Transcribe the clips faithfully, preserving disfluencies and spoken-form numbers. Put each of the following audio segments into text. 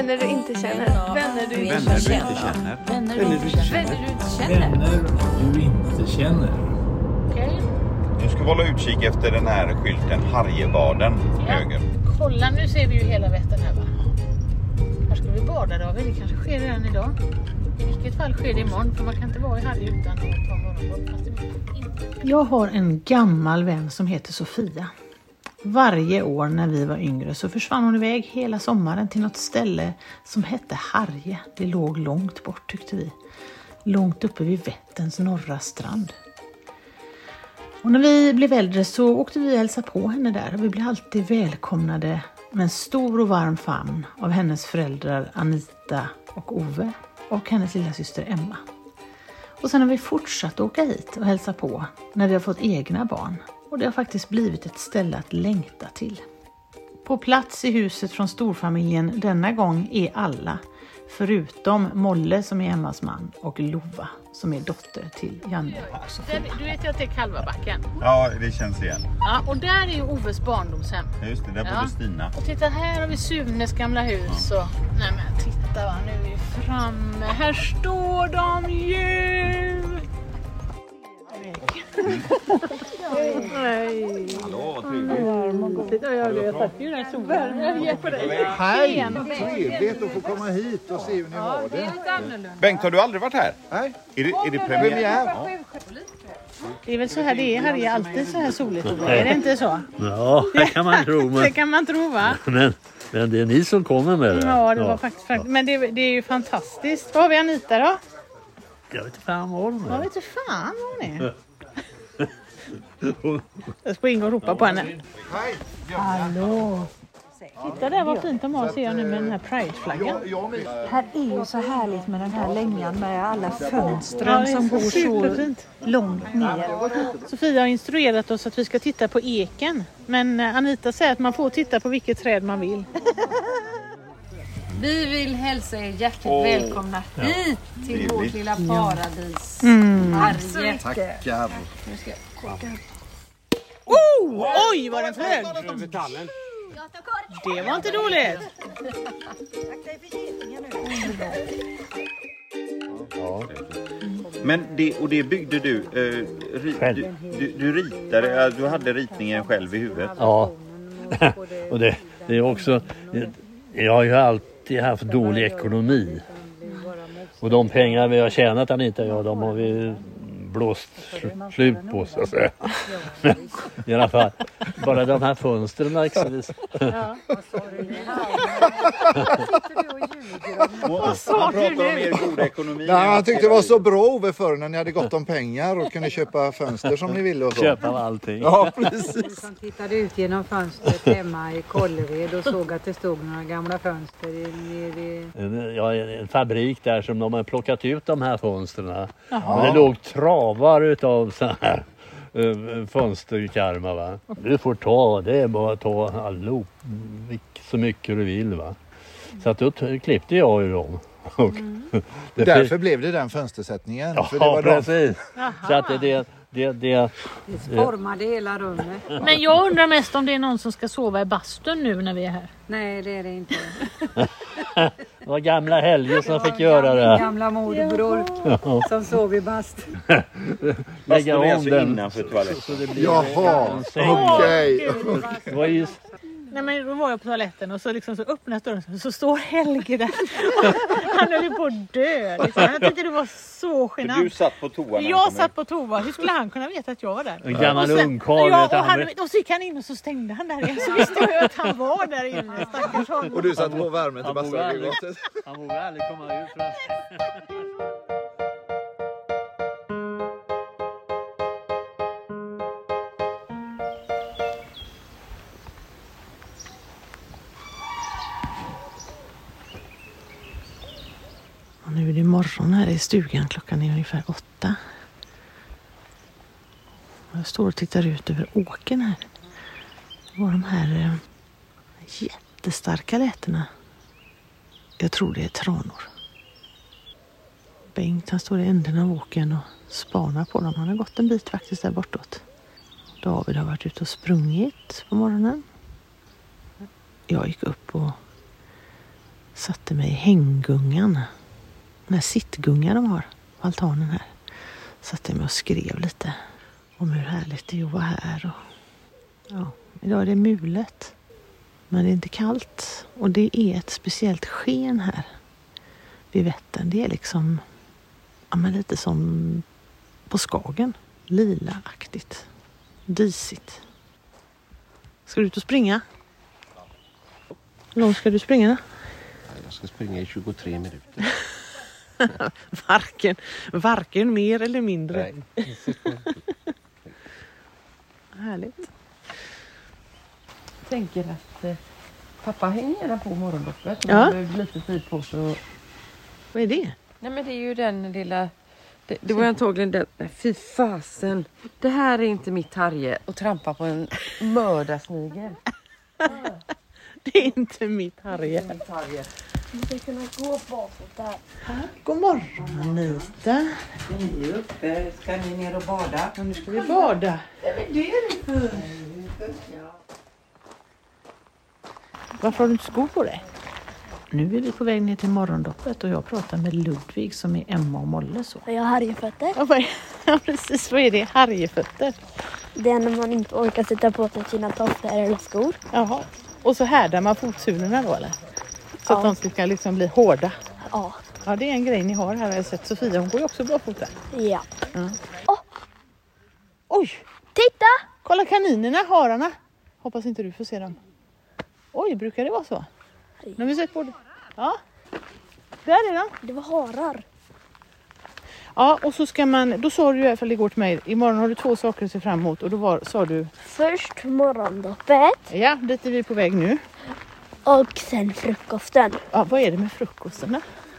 Vänner du inte känner. Vänner du inte Vänner du känner. inte känner. Vänner du inte känner. Vänner du inte känner. Vänner du inte känner. Okej. Du ska hålla utkik efter den här skylten Harjebaden Ja. höger. Kolla, nu ser vi ju hela Vättern här, va? Här ska vi bada, David. Det kanske sker redan idag. I vilket fall sker det imorgon, för man kan inte vara i Harrie utan att ta morgonbad. Fast det inte. Jag har en gammal vän som heter Sofia. Varje år när vi var yngre så försvann hon iväg hela sommaren till något ställe som hette Harrie. Det låg långt bort, tyckte vi. Långt uppe vid Vätterns norra strand. Och när vi blev äldre så åkte vi och hälsade på henne där. Och vi blev alltid välkomnade med en stor och varm famn av hennes föräldrar Anita och Ove och hennes lilla syster Emma. Och sen har vi fortsatt åka hit och hälsa på när vi har fått egna barn. Och det har faktiskt blivit ett ställe att längta till. På plats i huset från storfamiljen denna gång är alla, förutom Molle som är Emmas man och Lova som är dotter till Janne och Sofia. Du vet ju att det är Kalvabacken. Ja, det känns igen. Ja, och där är ju Oves barndomshem. Ja, just det, där Ja. bodde Stina. Och titta, här har vi Sunes gamla hus. Och... Nej men titta, va, nu är vi framme. Här står de ju! Nej. Hallå, vad trevligt. Titta, jag har satt ju den här solen. Jag ger på dig. Hej, trevligt att få komma hit och se hur ni har det. Bengt, har du aldrig varit här? Nej, Är det, är det premiär? premiär. Ja. Det är väl så här det är. Här är alltid så här soligt. Är det inte så? Ja, det kan man tro. Det Men, kan man tro, va? men, men det är ni som kommer med det. Ja, det var faktiskt... faktiskt. Men det, det är ju fantastiskt. Vad har vi Anita då? Jag vet inte fan vad de Jag är. vet inte fan vad hon är. Jag springer och ropar på henne. Hej. Hallå! Titta där vad fint de har, ser jag nu med den här Pride-flaggan. Här är ju så härligt med den här längan med alla fönstren Ja, det är som går så superfint. långt ner. Sofia har instruerat oss att vi ska titta på eken. Men Anita säger att man får titta på vilket träd man vill. Vi vill hälsa er hjärtligt Åh. välkomna hit till vårt Trevligt. lilla paradis. Mm. Harrie. Tackar. Nu ska jag koka. Oh! Oj, vad den flög! Det var inte dåligt. Ja. Men det, och det byggde du, eh, ri, Själv. du, du, du ritade, ja, du hade ritningen själv i huvudet. Ja, och det, det är också... Jag har ju alltid haft dålig ekonomi. Och de pengar vi har tjänat, Anita, ja, de har vi blåst slut på, så att säga. I alla fall, bara de här fönstren exempelvis. Vad sa du nu? Om er goda ekonomi. Nej, jag tyckte det var så bra Ove förr när ni hade gott om pengar och kunde köpa fönster som ni ville och så. Köpa av allting. Ja, precis. Som tittade ut genom fönstret hemma i Kållered och såg att det stod några gamla fönster i, i, En, ja, en fabrik där som de har plockat ut de här fönstren. Och det låg travar utav så här uh, fönsterkarmar, va. Du får ta, det är bara att ta allop, så mycket du vill, va. Så att då t- klippte jag ju dem. Och det Därför blev det den fönstersättningen. Ja, för det var de... precis. Så att det, det, det, det det formade hela rummet. Men jag undrar mest om det är någon som ska sova i bastun nu när vi är här. Nej, det är det inte. det var gamla Helge som fick Det göra var det. gamla morbror som sov i bast. Lägga Fast det är om alltså den. innanför toaletten. Så det blir Jaha, en säng. okej. Det var ju... Nej, men då var jag på toaletten och så, liksom så öppnas dörren så står Helge där. Han höll ju på att dö. Liksom. Jag tyckte det var så För genant. du satt på toa när du Jag kom satt ut. på toa. Hur skulle han kunna veta att jag var där? En gammal Och sen- ungkarl, Ja, vet och, han. han, och så gick han in och så stängde han där igen. Så visste jag att han var där inne. Stackars honom. Och du satt på värmen till Han vågar aldrig, bastaggregatet. han vågar aldrig komma ut. Från... Och nu är det morgon här i stugan. Klockan är ungefär åtta. Jag står och tittar ut över åken här. Det var de här eh, jättestarka lätena. Jag tror det är tranor. Bengt, han står i änden av åken och spanar på dem. Han har gått en bit faktiskt där bortåt. David har varit ute och sprungit på morgonen. Jag gick upp och Satte mig i hänggungan. Den här sittgungan de har på altanen här. Satte mig och skrev lite om hur härligt det är att vara här. Och, ja, idag är det mulet. Men det är inte kallt. Och det är ett speciellt sken här vid Vättern. Det är liksom ja, men lite som på Skagen. Lilaaktigt. Disigt. Ska du ut och springa? Hur långt ska du springa då? Jag ska springa i tjugotre minuter. varken, varken mer eller mindre. Nej. Härligt. Jag tänker att eh, pappa hänger gärna på morgondoppet. Ja. Han behöver lite tid på sig. Vad är det? Nej, men det är ju den lilla... Det, det var antagligen den... Nej, fy fasen. Det här är inte mitt Harje. Att trampa på en mördarsnigel. Det är inte mitt Harje. Vi ska kunna gå bakåt där. God morgon Anita. Ni är uppe. Ska ni ner och bada? Ja, nu ska vi bada. Det är det för. Ja. Varför har du inte skor på dig? Nu är vi på väg ner till morgondoppet och jag pratar med Ludvig som är Emma och Molle. Så. Jag har harjefötter. Ja, vad är, ja, precis. Vad är det? Harjefötter. Det är när man inte orkar sätta på sig sina tofflor eller skor. Jaha. Och så härdar man fotsulorna då eller? Så Ja. att de ska liksom bli hårda. Ja. Ja, det är en grej ni har här. Jag har sett Sofia. Hon går ju också barfota. Ja. Ja. Åh! Oj! Titta! Kolla kaninerna, hararna. Hoppas inte du får se dem. Oj, brukar det vara så? Nu har vi sett på det. Ja, där är de. Det var harar. Ja, och så ska man, då sa du i alla fall igår till mig, imorgon har du två saker att se fram emot. Och då var, sa du... Först morgondoppet. Ja, dit är vi på väg nu. Och sen frukosten. Ja, vad är det med frukosten då?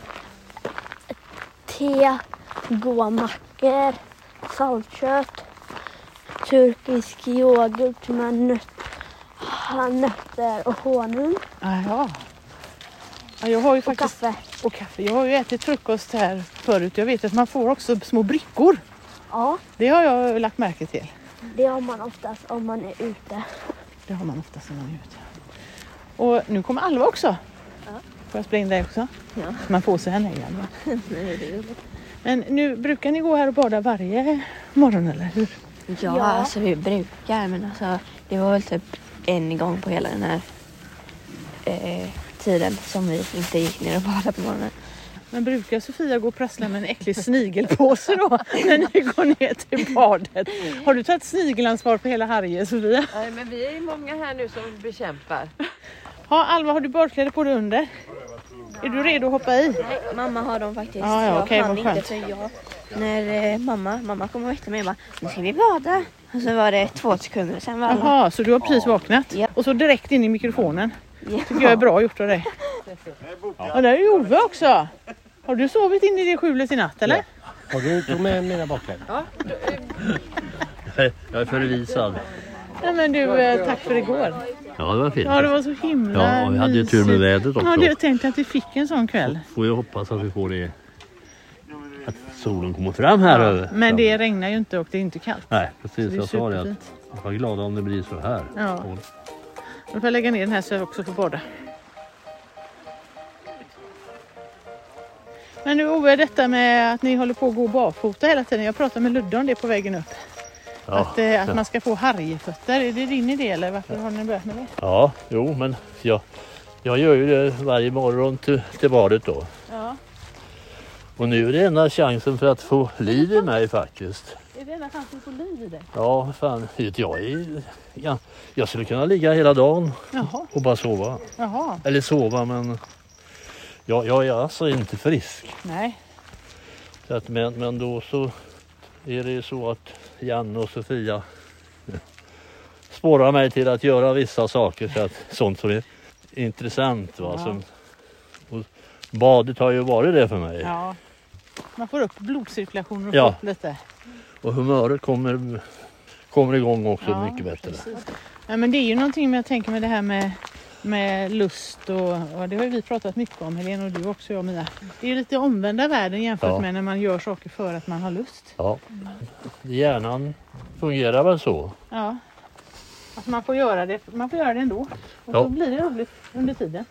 Te, goda mackor, saltkött, turkisk yoghurt med nöt, nötter och honung. Ja, ja, jag har ju och faktiskt... kaffe. Och kaffe. Jag har ju ätit frukost här förut. Jag vet att man får också små brickor. Ja, Det har jag lagt märke till. det har man oftast om man är ute. Det har man oftast när man är ute. Och nu kommer Alva också. Ja. Får jag spela in dig också? Ja. Man får sig henne igen. Nej, det är roligt. Men nu brukar ni gå här och bada varje morgon eller hur? Ja, Ja. alltså vi brukar, men alltså det var väl typ en gång på hela den här eh, tiden som vi inte gick ner och badade på morgonen. Men brukar Sofia gå och prassla med en äcklig snigelpåse då när ni går ner till badet? Har du tagit snigelansvar på hela Harje, Sofia? Nej, men vi är många här nu som bekämpar. Ja, Alva, har du badkläder på dig under? Är du redo att hoppa i? Nej, mamma har dem faktiskt. Ja, ja, jag okej, hann vad inte skönt. för jag. När eh, mamma, mamma kom och väckte mig och bara, nu ska vi bada. Och så var det två sekunder sen var alla. Jaha, så du har precis vaknat? Ja. Och så direkt in i mikrofonen? Ja. Tycker jag är bra gjort av dig. Ja, där är ju Ove också. Har du sovit in i det skjulet i natt, eller? Ja. Har du tagit med mina bakkläder? Ja, Jag är förvisad. Nej, men du, eh, tack för igår. Ja, det var fint. Ja, det var så himla Ja, och vi hade ju tur med mysigt. vädret också. Ja, det jag tänkte att vi fick en sån kväll. Får jag hoppas att vi får det. Att solen kommer fram här över. Men det regnar ju inte och det är inte kallt. Nej, Så precis. det är Jag sa det. Att superfint. jag var glad om det blir så här. Ja. Och Då får jag lägga ner den här så jag också får bada. Men nu Ove, detta med att ni håller på att gå barfota hela tiden. Jag pratade med Ludde om det på vägen upp. Ja, Att, eh, att man ska få harjefötter. Är det din idé eller varför har ni börjat med det? ja, jo, men jag, jag gör ju det varje morgon till, till badet då. Ja. Och nu är det enda chansen för att få liv i mig faktiskt. Är det enda chansen på liv i det? Ja, fan, vet jag, är, ja, jag skulle kunna ligga hela dagen Jaha. och bara sova. Jaha. Eller sova, men jag, jag är alltså inte frisk. Nej. Så att, men, men då så är det så att Janne och Sofia spårar mig till att göra vissa saker. Så att, sånt som är intressant. Va? Ja. Som, och badet har ju varit det för mig. Ja. Man får upp blodcirkulationen och Ja. får upp lite. Och humöret kommer, kommer igång också Ja, mycket bättre. Ja, men det är ju någonting med, jag tänker med det här med, med lust och, och det har ju vi pratat mycket om, Helene och du också, jag och Mia. Det är ju lite omvända världen jämfört Ja. med när man gör saker för att man har lust. Ja, hjärnan fungerar väl så. Ja. Att man får göra det, man får göra det ändå. Och Ja. så blir det roligt under tiden.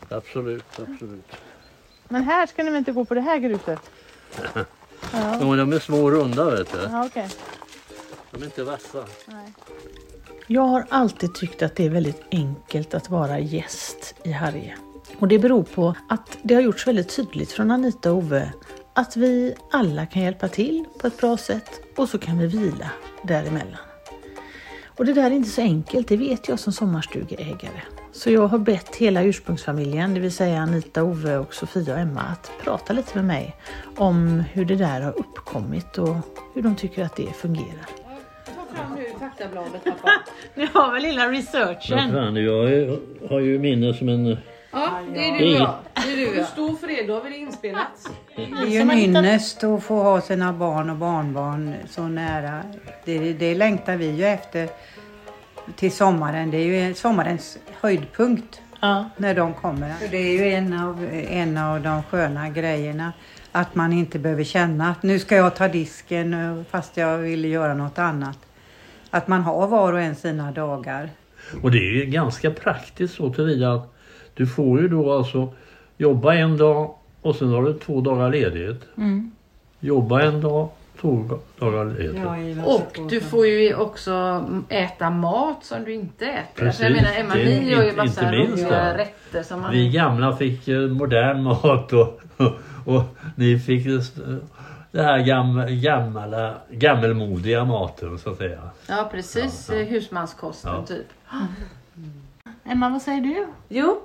Absolut, absolut. Men här ska ni väl inte gå på det här gruset? Ja. Ja. Jo, de är små och runda, vet du. Ja, okej. De är inte vassa. Nej. Jag har alltid tyckt att det är väldigt enkelt att vara gäst i Harrie. Och det beror på att det har gjorts väldigt tydligt från Anita och Ove att vi alla kan hjälpa till på ett bra sätt och så kan vi vila däremellan. Och det där är inte så enkelt, det vet jag som sommarstugeägare. Så jag har bett hela ursprungsfamiljen, det vill säga Anita, Ove och Sofia och Emma, att prata lite med mig om hur det där har uppkommit och hur de tycker att det fungerar. Ta fram nu faktabladet, pappa. Ni har väl lilla researchen? Men fan, jag är, har ju minne som en... Ja, det är du ja. Det är du ja. Stå för det, då har vi det inspelat. Det är ju en ynnest att få ha sina barn och barnbarn så nära. Det, det längtar vi ju efter till sommaren. Det är ju sommarens höjdpunkt ja. När de kommer. För det är ju en av, en av de sköna grejerna. Att man inte behöver känna att nu ska jag ta disken fast jag vill göra något annat. Att man har var och en sina dagar. Och det är ju ganska praktiskt så tillvida att du får ju då alltså jobba en dag och sen har du två dagar ledigt. Mm. Jobba en dag, två dagar ledigt. Ja, och du får ju också äta mat som du inte äter. Precis. Jag menar, Emma, ni gör ju inte, massa inte roliga rätter. Som man... Vi gamla fick modern mat och, och, och ni fick det här gamla, gamla, gammelmodiga maten så att säga. Ja, precis. Ja, ja. Husmanskosten ja. Typ. Mm. Emma, vad säger du? Jo,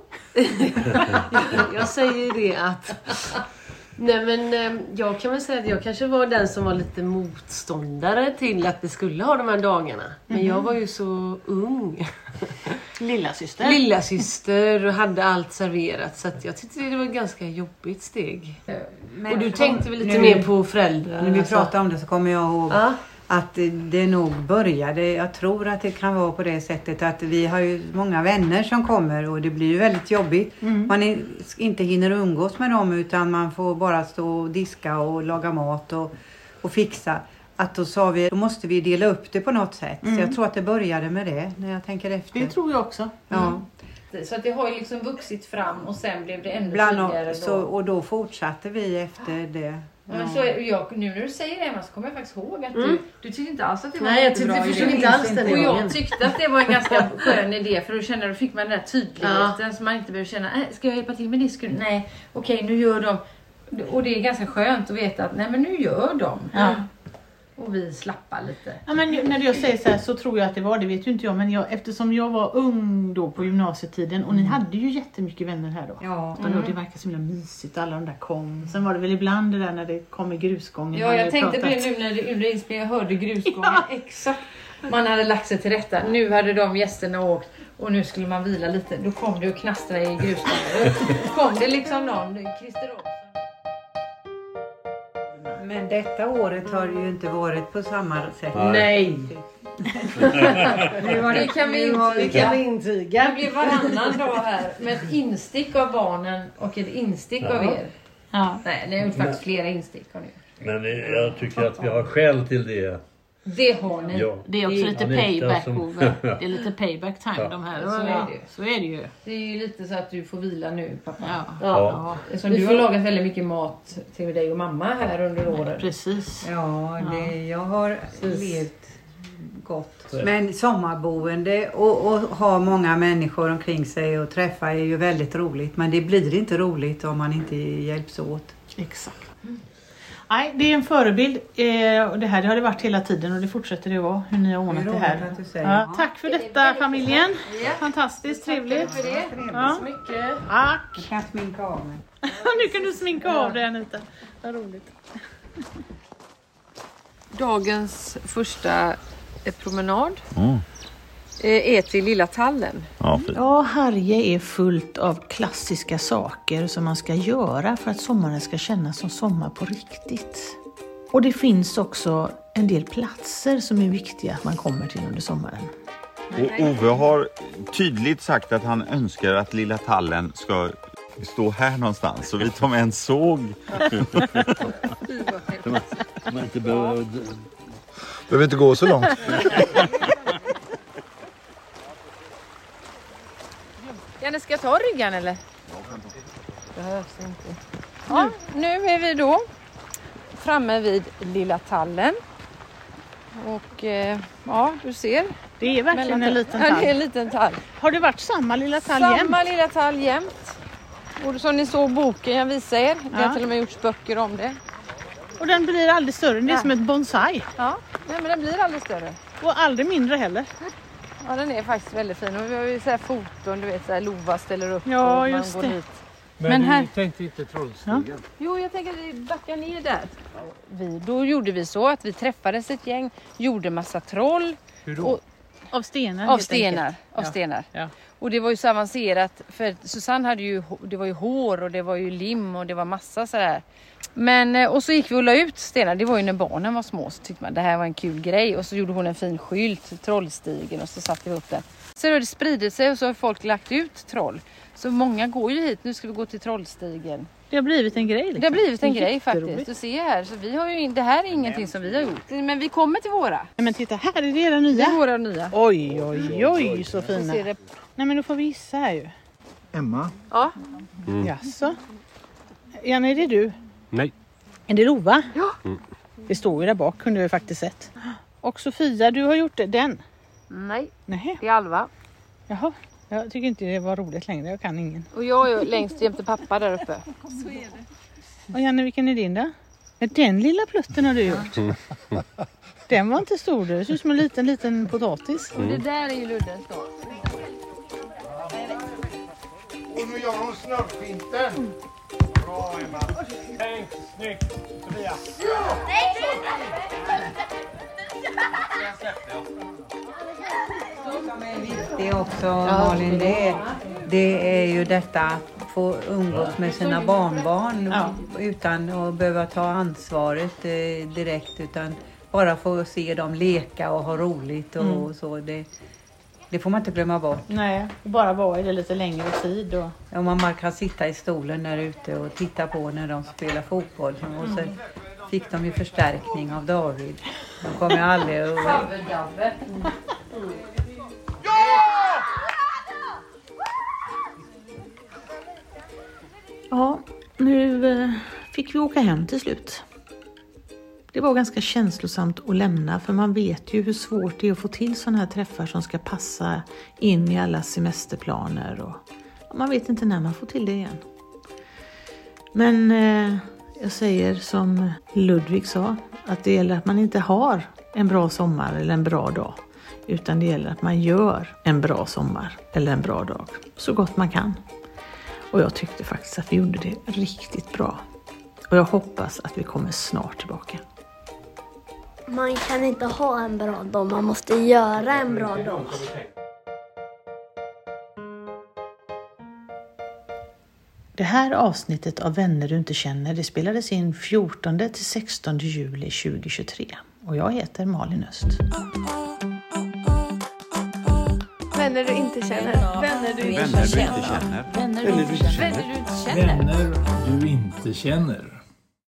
jag säger det att... Nej men jag kan väl säga att jag kanske var den som var lite motståndare till att vi skulle ha de här dagarna. Men mm. jag var ju så ung. Lilla syster. Lilla syster och hade allt serverat så att jag tyckte det var ett ganska jobbigt steg. Men och du tänkte väl lite nu, mer på föräldrar? När vi alltså. Pratar om det så kommer jag ihåg ja. Att det nog började, jag tror att det kan vara på det sättet att vi har ju många vänner som kommer och det blir ju väldigt jobbigt. Mm. Man är, inte hinner umgås med dem utan man får bara stå och diska och laga mat och, och fixa. Att då sa vi, då måste vi dela upp det på något sätt. Mm. Så jag tror att det började med det när jag tänker efter. Det tror jag också. Ja. Mm. Så att det har ju liksom vuxit fram och sen blev det ännu Bland tydligare då. Så, och då fortsatte vi efter det. Ja. Men så jag, nu när du säger det Emma så kommer jag faktiskt ihåg att mm. du, du tyckte inte alls att det var Nej, jag tyckte, förstod inte alls den och jag tyckte att det var en ganska skön idé för då kände då fick man den där tydligheten ja. Så man inte behöver känna, äh, ska jag hjälpa till med disken? Nej, okej okay, nu gör de. Och det är ganska skönt att veta att nej men nu gör de. Ja. Och vi slappar lite. Ja, men när jag säger så här så tror jag att det var, det vet ju inte jag. Men jag, eftersom jag var ung då på gymnasietiden. Och mm. ni hade ju jättemycket vänner här då. Ja. Mm. Och det verkar så himla mysigt. Alla de där kom. Sen var det väl ibland det där när det kom i grusgången. Ja, jag tänkte på det nu när det under inspelningen. Jag hörde grusgången. Ja. Exakt. Man hade lagt sig till rätta. Nu hade de gästerna åkt. Och nu skulle man vila lite. Då kom det och knastrade i grusgången. Då kom det liksom någon. Christer Olsson. Men detta året har det ju inte varit på samma sätt. Nej. det, var det, det kan vi, har, det kan vi intyga. Det blir varannan dag här med ett instick av barnen och ett instick ja. Av er. Ja. Nej, det är ju faktiskt flera instick har ni. Men jag tycker att vi har skäl till det. Det har ni. Ja. Det är också lite payback som... Ove. Det är lite payback time ja. De här. Så är det. Så är det ju. Det är ju lite så att du får vila nu pappa. Ja. Ja. Ja. Som du har lagat väldigt mycket mat till dig och mamma här under året. Precis. Ja, det, jag har levt gott. Men sommarboende och, och ha många människor omkring sig och träffa är ju väldigt roligt. Men det blir inte roligt om man inte hjälps åt. Exakt. Mm. Nej, det är en förebild. Eh, och det här det har det varit hela tiden och det fortsätter det vara. Hur ni har ordnat det, det här. Ja, tack för detta familjen. Ja. Fantastiskt trevligt. Tack för det. Ja. Så mycket. Tack. Jag kan sminka av mig. Nu kan du sminka ja. Av dig Anita. Vad roligt. Dagens första promenad mm. är till Lilla Tallen. Ja, ja, Harrie är fullt av klassiska saker som man ska göra för att sommaren ska kännas som sommar på riktigt. Och det finns också en del platser som är viktiga att man kommer till under sommaren. Och Ove har tydligt sagt att han önskar att Lilla Tallen ska stå här någonstans. Så vi tar med en såg. Man inte behöver... behöver inte gå så långt. Janne, ska jag ta ryggan eller? Behövs inte. Ja, nu är vi då framme vid Lilla Tallen. Och eh, ja, du ser. Det är verkligen Mellan- en liten Ja, tall. det är en liten tall. Har det varit samma lilla tall Samma jämt? lilla tall jämt. Och som ni såg boken jag visar er. Det har Ja. till och med gjorts böcker om det. Och den blir aldrig större. Det är Nej. som ett bonsai. Ja, nej, men den blir aldrig större. Och aldrig mindre heller. Ja, den är faktiskt väldigt fin. Och vi har ju så här foton, du vet, så här Lova ställer upp Ja, och man just går det. dit. Men, Men du här- tänkte inte Trollstigen? Jo, jag tänker att vi backar ner där. Vi, då gjorde vi så att vi träffades ett gäng, gjorde massa troll. Hur då? Och, Av stenar. av helt stenar. enkelt. Av Ja. stenar. Ja. Och det var ju så avancerat, för Susanne hade ju, det var ju hår och det var ju lim och det var massa sådär. Men, eh, och så gick vi och la ut stenar, det var ju när barnen var små, så tyckte man det här var en kul grej. Och så gjorde hon en fin skylt, Trollstigen, och så satte vi upp den. Så då har det spridit sig och så har folk lagt ut troll. Så många går ju hit, nu ska vi gå till Trollstigen. Det har blivit en grej. Liksom. Det har blivit en Det är grej jätteroligt. faktiskt. Du ser här, så vi har ju, in- det här är ingenting som vi har gjort. Men vi kommer till våra. Nej, men titta, här är det era nya. Det är våra nya. Oj, oj, oj, så Så fina. ser det. Nej, men då får vi gissa här ju. Emma? Ja. Mm. Jaså? Janne, är det du? Nej. Är det Lova? Ja. Mm. Det står ju där bak, kunde vi faktiskt sett. Och Sofia, du har gjort det, den? Nej, Nej. det är Alva. Jaha, jag tycker inte det var roligt längre, jag kan ingen. Och jag är längst jämte pappa där uppe. Så är det. Och Janne, vilken är din då? Ja, den lilla plutten har du gjort. Den var inte stor, det ser ut som en liten, liten potatis. Och det där är ju Luddens då. Och nu gör hon snörpfinten. Bra, Emma. Tänk, snyggt. Sofia. Det är också, Malin, det är, det är ju detta att få umgås med sina barnbarn Ja. utan att behöva ta ansvaret eh, direkt, utan bara få se dem leka och ha roligt och, Mm. och så. Det, det får man inte glömma bort. Nej, bara vara i det lite längre tid. Och... Ja, man man kan sitta i stolen där ute och titta på när de spelar fotboll. Och så fick de ju förstärkning av David. De kommer ju aldrig att... Ja, nu eh, fick vi åka hem till slut. Det var ganska känslosamt att lämna, för man vet ju hur svårt det är att få till sådana här träffar som ska passa in i alla semesterplaner. Och ja, man vet inte när man får till det igen. Men eh, jag säger som Ludvig sa, att det gäller att man inte har en bra sommar eller en bra dag. Utan det gäller att man gör en bra sommar eller en bra dag så gott man kan. Och jag tyckte faktiskt att vi gjorde det riktigt bra. Och jag hoppas att vi kommer snart tillbaka. Man kan inte ha en bra dag, man måste göra en bra dag. Det här avsnittet av Vänner du inte känner, det spelades in fjortonde till sextonde juli tjugohundratjugotre. Och jag heter Malin Öst. Vänner du inte känner. Vänner du Vänner du inte känner. Vänner du inte känner. Vänner du inte känner.